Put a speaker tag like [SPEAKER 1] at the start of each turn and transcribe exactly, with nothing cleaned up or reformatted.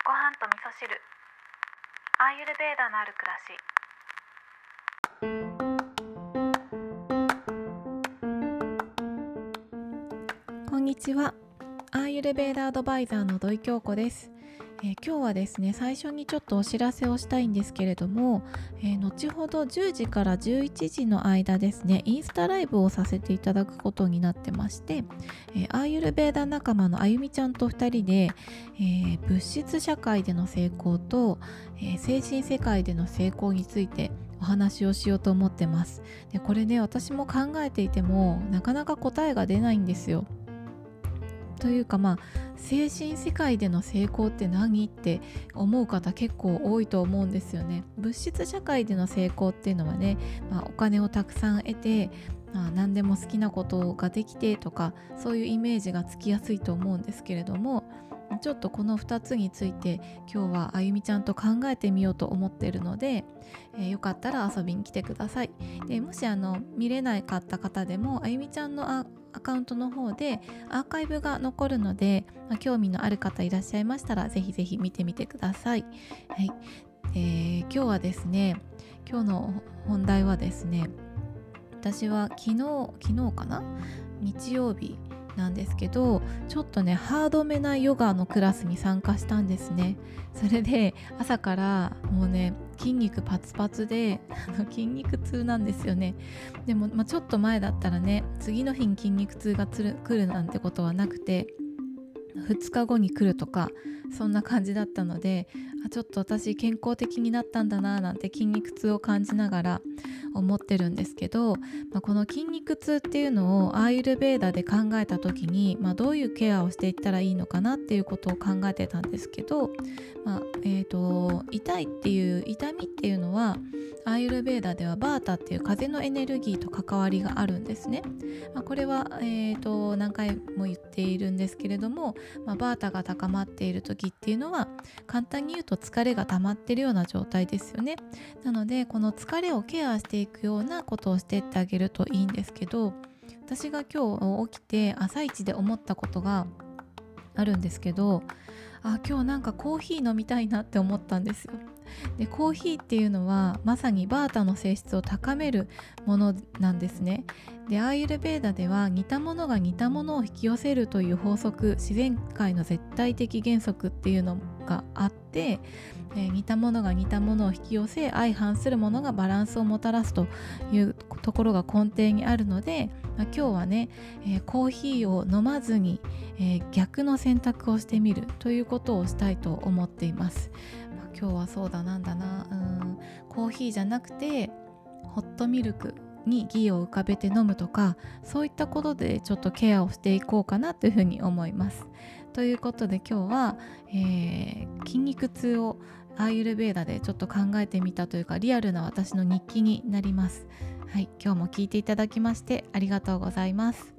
[SPEAKER 1] ご飯と味噌汁、アーユルベーダのある暮らし。こんにちは。アーユルベーダアドバイザーの土井京子です。えー、今日はですね、最初にちょっとお知らせをしたいんですけれども、えー、後ほどじゅうじからじゅういちじの間ですね、インスタライブをさせていただくことになってまして、えー、アーユルベーダ仲間のあゆみちゃんとふたりで、えー、物質社会での成功と、えー、精神世界での成功についてお話をしようと思ってます。で、これね、私も考えていてもなかなか答えが出ないんですよ。というかまあ精神世界での成功って何って思う方結構多いと思うんですよね。物質社会での成功っていうのはね、まあ、お金をたくさん得て、まあ、何でも好きなことができてとかそういうイメージがつきやすいと思うんですけれども、ちょっとこのふたつについて今日はあゆみちゃんと考えてみようと思っているので、えーよかったら遊びに来てください。でもしあの見れなかった方でもあゆみちゃんのアアカウントの方でアーカイブが残るので、まあ、興味のある方いらっしゃいましたらぜひぜひ見てみてください。はい、えー今日はですね、今日の本題はですね、私は昨日昨日かな、日曜日なんですけど、ちょっとねハードめなヨガのクラスに参加したんですね。それで朝からもうね筋肉パツパツであの筋肉痛なんですよね。でも、まあ、ちょっと前だったらね、次の日に筋肉痛がつる来るなんてことはなくて、ふつかごに来るとかそんな感じだったので、あちょっと私健康的になったんだななんて筋肉痛を感じながら思ってるんですけど、まあ、この筋肉痛っていうのをアーユルベーダで考えた時に、まあ、どういうケアをしていったらいいのかなっていうことを考えてたんですけど、まあえー、と痛いっていう痛みっていうのはアーユルベーダではバータっていう風のエネルギーと関わりがあるんですね。まあ、これは、えー、と何回も言っているんですけれども、まあ、バータが高まっている時っていうのは簡単に言うと疲れが溜まっているような状態ですよね。なのでこの疲れをケアしていくようなことをしていってあげるといいんですけど、私が今日起きて朝一で思ったことがあるんですけど、あ今日なんかコーヒー飲みたいなって思ったんですよ。でコーヒーっていうのはまさにバータの性質を高めるものなんですね。でアーユルベーダでは似たものが似たものを引き寄せるという法則、自然界の絶対的原則っていうのがあって、えー似たものが似たものを引き寄せ、相反するものがバランスをもたらすというところが根底にあるので、まあ、今日はね、えーコーヒーを飲まずに、えー逆の選択をしてみるということをしたいと思っています。まあ、今日はそうだなんだなうーんコーヒーじゃなくてホットミルクにギーを浮かべて飲むとか、そういったことでちょっとケアをしていこうかなというふうに思います。ということで今日は、えー筋肉痛をアーユルベーダでちょっと考えてみたというか、リアルな私の日記になります。はい、今日も聞いていただきましてありがとうございます。